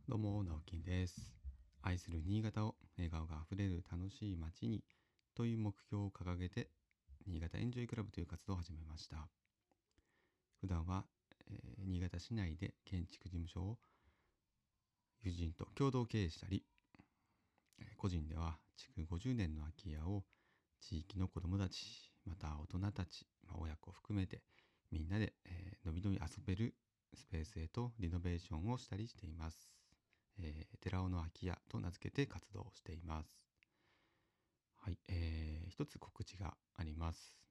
どうも、直樹です。愛する新潟を笑顔があふれる楽しい街にという目標を掲げて、新潟エンジョイクラブという活動を始めました。普段は、新潟市内で建築事務所を友人と共同経営したり、個人では築50年の空き家を地域の子どもたち、また大人たち、親子を含めてみんなで、のびのび遊べるスペースへとリノベーションをしたりしています。寺尾の空き家と名付けて活動しています。はい、一つ告知があります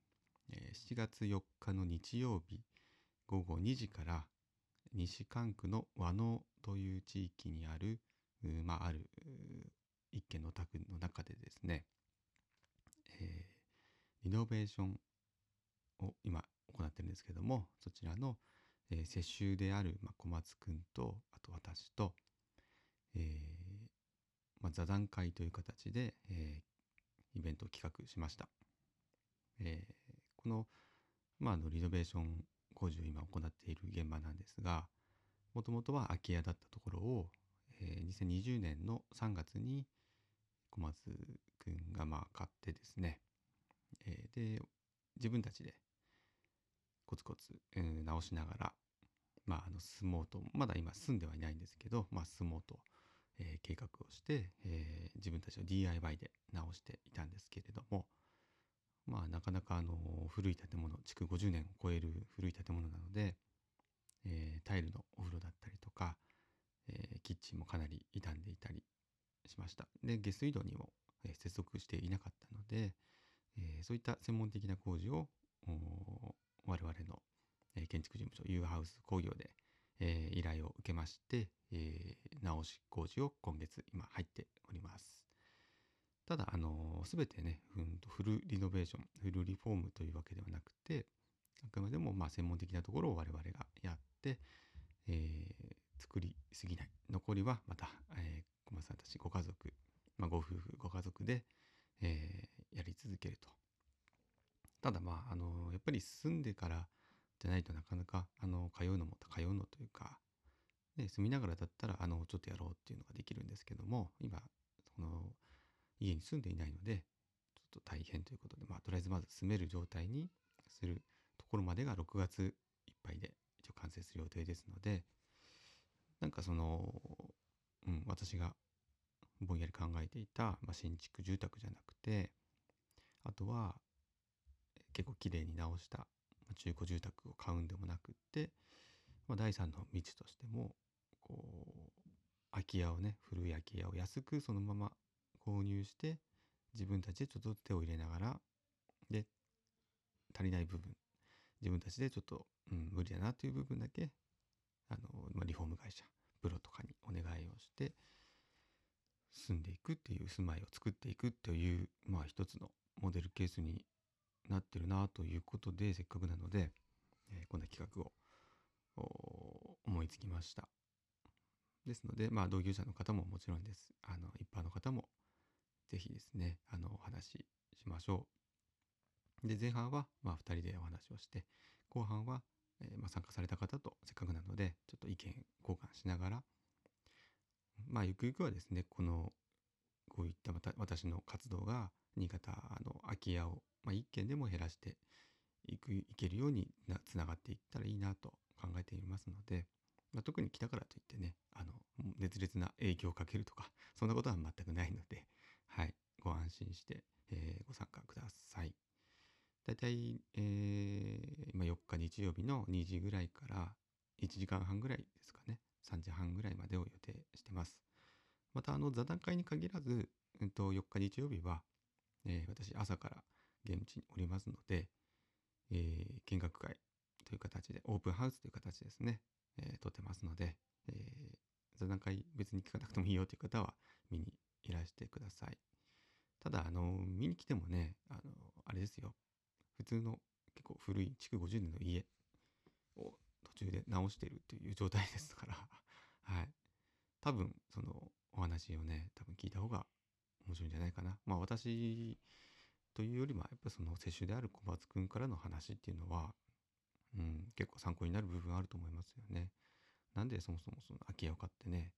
。7月4日の日曜日午後2時から西関区の和野という地域にある、ある一軒の宅の中でですね、えリノベーションを今行ってるんですけども、そちらの、接種である、小松くんとあと私と、え座談会という形で、イベントを企画しました。この、リノベーション工事を今行っている現場なんですが、もともとは空き家だったところを、2020年の3月に小松くんが買ってですね、で自分たちでコツコツ、直しながら、住もうと、まだ今住んではいないんですけど、住もうと、計画をして、自分たちの DIY で直していたんですけれども、なかなか古い建物、築50年を超える古い建物なので、タイルのお風呂だったりとか、キッチンもかなり傷んでいたりしました。で、下水道にも、接続していなかったので、そういった専門的な工事を我々の、建築事務所 U ハウス工業で、依頼を受けまして、直し工事を今月今入っております。ただ全てね、フルリノベーション、フルリフォームというわけではなくて、あくまでも専門的なところを我々がやって、作りすぎない。残りはまた、小松さんたちご家族、ご夫婦、ご家族で、やり続けると。ただやっぱり住んでからじゃないとなかなか通うのというか、ね、住みながらだったらちょっとやろうっていうのができるんですけども、今その家に住んでいないのでちょっと大変ということで、とりあえずまず住める状態にするところまでが6月いっぱいで一応完成する予定ですので、なんか私がぼんやり考えていた、新築住宅じゃなくて、あとは結構綺麗に直した中古住宅を買うんでもなくって、第三の道としてもこう空き家をね、古い空き家を安くそのまま購入して、自分たちでちょっと手を入れながら、で足りない部分、自分たちでちょっと、無理だなという部分だけリフォーム会社、プロとかにお願いをして住んでいくっていう、住まいを作っていくという、一つのモデルケースになってるなということで、せっかくなので、こんな企画を思いつきました。ですので、同業者の方ももちろんです。一般の方もぜひですね、お話ししましょう。で、前半は2人でお話をして、後半は、参加された方とせっかくなのでちょっと意見交換しながら、ゆくゆくはですね、こういった私の活動が新潟の空き家を、一軒でも減らしていけるようにつながっていったらいいなと考えていますので、特に来たからといってね、熱烈な営業をかけるとかそんなことは全くないので、はい、ご安心して、ご参加ください。だいたい、今4日日曜日の2時ぐらいから1時間半ぐらいですかね、3時半ぐらいまでを予定してます。また座談会に限らず、4日日曜日は、私朝から現地におりますので、見学会という形でオープンハウスという形ですね、とってますので、座談会別に聞かなくてもいいよという方は見にいらしてください。ただ見に来てもね、あれですよ、普通の結構古い築50年の家を途中で直しているという状態ですからはい、多分そのお話をね、多分聞いた方が面白いんじゃないかな。私というよりもやっぱりその世襲である小松くんからの話っていうのは、結構参考になる部分あると思いますよね。なんでそもそもその空き家を買ってね、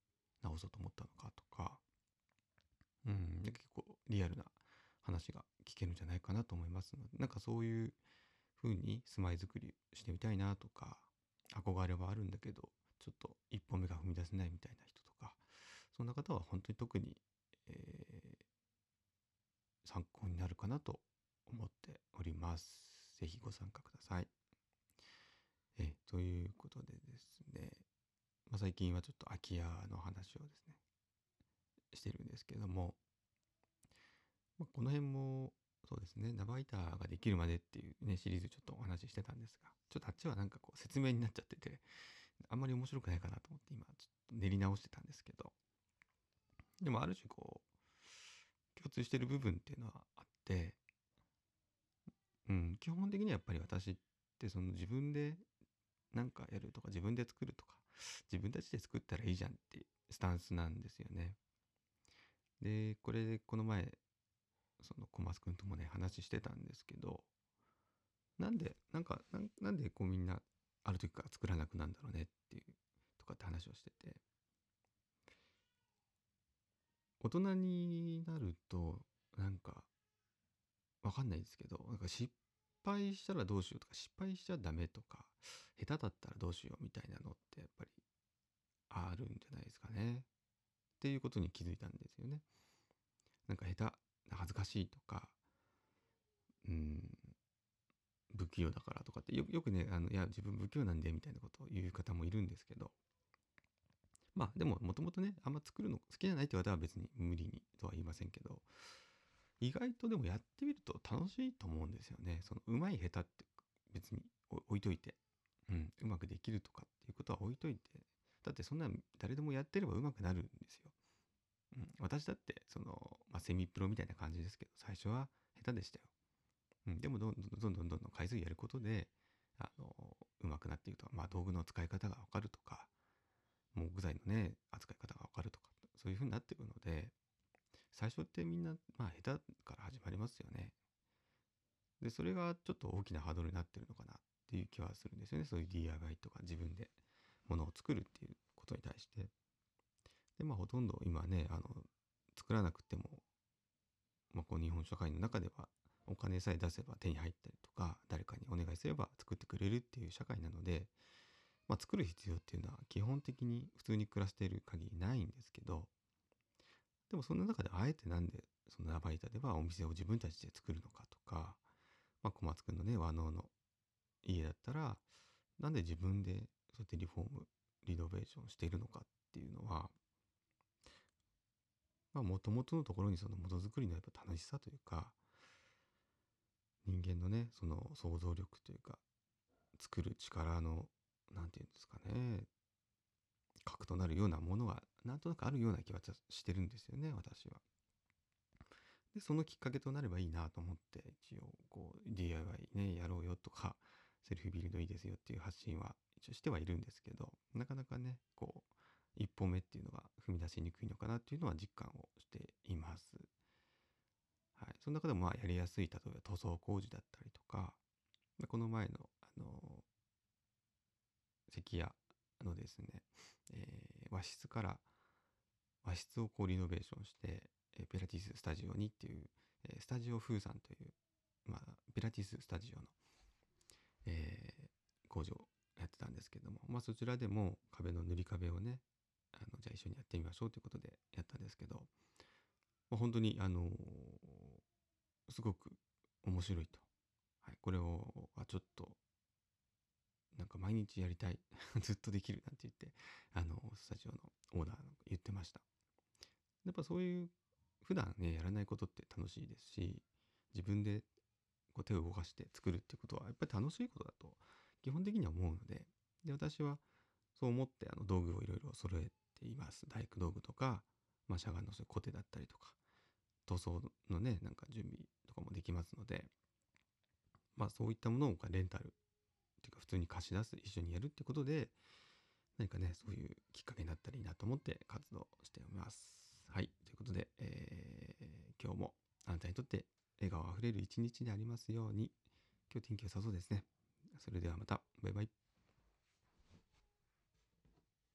直そうと思ったのかとか、で結構リアルな話が聞けるんじゃないかなと思いますので、なんかそういう風に住まいづくりしてみたいなとか、憧れはあるんだけどちょっと一歩目が踏み出せないみたいな人とか、そんな方は本当に特に、え参考になるかなと思っております。ぜひご参加ください。ということでですね、最近はちょっと空き家の話をですねしてるんですけども、この辺もそうですね、ナバイターができるまでっていうねシリーズちょっとお話ししてたんですが、ちょっとあっちはなんかこう説明になっちゃってて、あんまり面白くないかなと思って今ちょっと練り直してたんですけど、でもある種こう共通してる部分っていうのはあって、基本的にはやっぱり私ってその自分でなんかやるとか自分で作るとか自分たちで作ったらいいじゃんっていうスタンスなんですよね。でこれこの前その小松くんともね話してたんですけど、なんでこうみんなある時から作らなくなるんだろうねっていうとかって話をしてて、大人になるとなんかわかんないですけど、なんか失敗したらどうしようとか失敗しちゃダメとか下手だったらどうしようみたいなのってやっぱりあるんじゃないですかねっていうことに気づいたんですよね。なんか下手恥ずかしいとか、うん不器用だからとかってよくね、いや自分不器用なんでみたいなことを言う方もいるんですけど、でももともとねあんま作るの好きじゃないって方は別に無理にとは言いませんけど、意外とでもやってみると楽しいと思うんですよね。その上手い下手って別に置いといて、うまくできるとかっていうことは置いといて、だってそんな誰でもやってれば上手くなるんですよ。私だってその、セミプロみたいな感じですけど最初は下手でしたよ。でもどんどん回数やることで上手くなっていくと、道具の使い方が分かるとか、木材のね扱い方が分かるとか、そういう風になっていくので、最初ってみんな下手から始まりますよね。でそれがちょっと大きなハードルになってるのかなっていう気はするんですよね。そういう DIY とか自分でものを作るっていうことに対して。でほとんど今ね作らなくても、こう日本社会の中ではお金さえ出せば手に入ったりとか、誰かにお願いすれば作ってくれるっていう社会なので、作る必要っていうのは基本的に普通に暮らしている限りないんですけど、でもそんな中であえてなんでそのナバイタではお店を自分たちで作るのかとか、小松くんのね和能の家だったらなんで自分でそうやってリフォームリノベーションしているのかっていうのは、もともとのところにそのものづくりのやっぱ楽しさというか、人間のねその想像力というか作る力のなんていうんですかね、核となるようなものがなんとなくあるような気はしてるんですよね、私は。でそのきっかけとなればいいなと思って一応こう DIY ねやろうよとかセルフビルドいいですよっていう発信は一応してはいるんですけど、なかなかねこう一歩目っていうのが踏み出しにくいのかなっていうのは実感をしています。はい、その中でもやりやすい例えば塗装工事だったりとか、この前の関屋のですね、和室から和室をこうリノベーションして、ピラティススタジオにっていう、スタジオ風さんという、ピラティススタジオの、工場をやってたんですけども、そちらでも壁の塗り壁をねじゃあ一緒にやってみましょうということでやったんですけど、本当にすごく面白いと、これをちょっとなんか毎日やりたいずっとできるなんて言ってスタジオのオーナーが言ってました。やっぱそういう普段ねやらないことって楽しいですし、自分でこう手を動かして作るっていうことはやっぱり楽しいことだと基本的には思うので、私はそう思って道具をいろいろ揃えています。大工道具とか、しゃがのそういうコテだったりとか、塗装のねなんか準備とかもできますので、そういったものをレンタルっていうか普通に貸し出す、一緒にやるってことで何かねそういうきっかけになったらいいなと思って活動しております。はい、ということで、今日もあなたにとって笑顔あふれる一日でありますように。今日天気良さそうですね。それではまた。バイバイ。